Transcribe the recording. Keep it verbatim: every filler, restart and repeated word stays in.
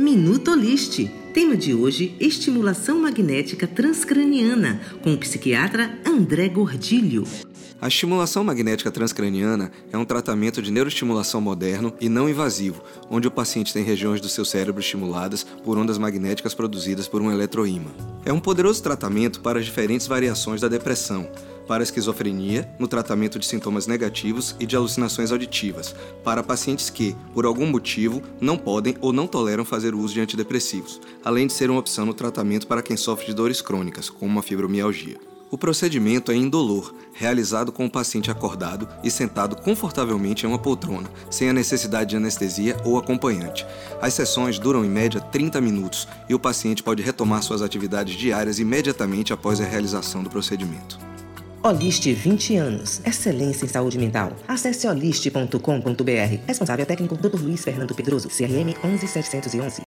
Minuto Olist. Tema de hoje, estimulação magnética transcraniana, com o psiquiatra André Gordilho. A estimulação magnética transcraniana é um tratamento de neuroestimulação moderno e não invasivo, onde o paciente tem regiões do seu cérebro estimuladas por ondas magnéticas produzidas por um eletroímã. É um poderoso tratamento para as diferentes variações da depressão, para a esquizofrenia, no tratamento de sintomas negativos e de alucinações auditivas, para pacientes que, por algum motivo, não podem ou não toleram fazer uso de antidepressivos, além de ser uma opção no tratamento para quem sofre de dores crônicas, como uma fibromialgia. O procedimento é indolor, realizado com o paciente acordado e sentado confortavelmente em uma poltrona, sem a necessidade de anestesia ou acompanhante. As sessões duram em média trinta minutos e o paciente pode retomar suas atividades diárias imediatamente após a realização do procedimento. Olist vinte anos. Excelência em saúde mental. Acesse olist ponto com ponto br. Responsável técnico doutor Luiz Fernando Pedroso, C R M um um sete um um.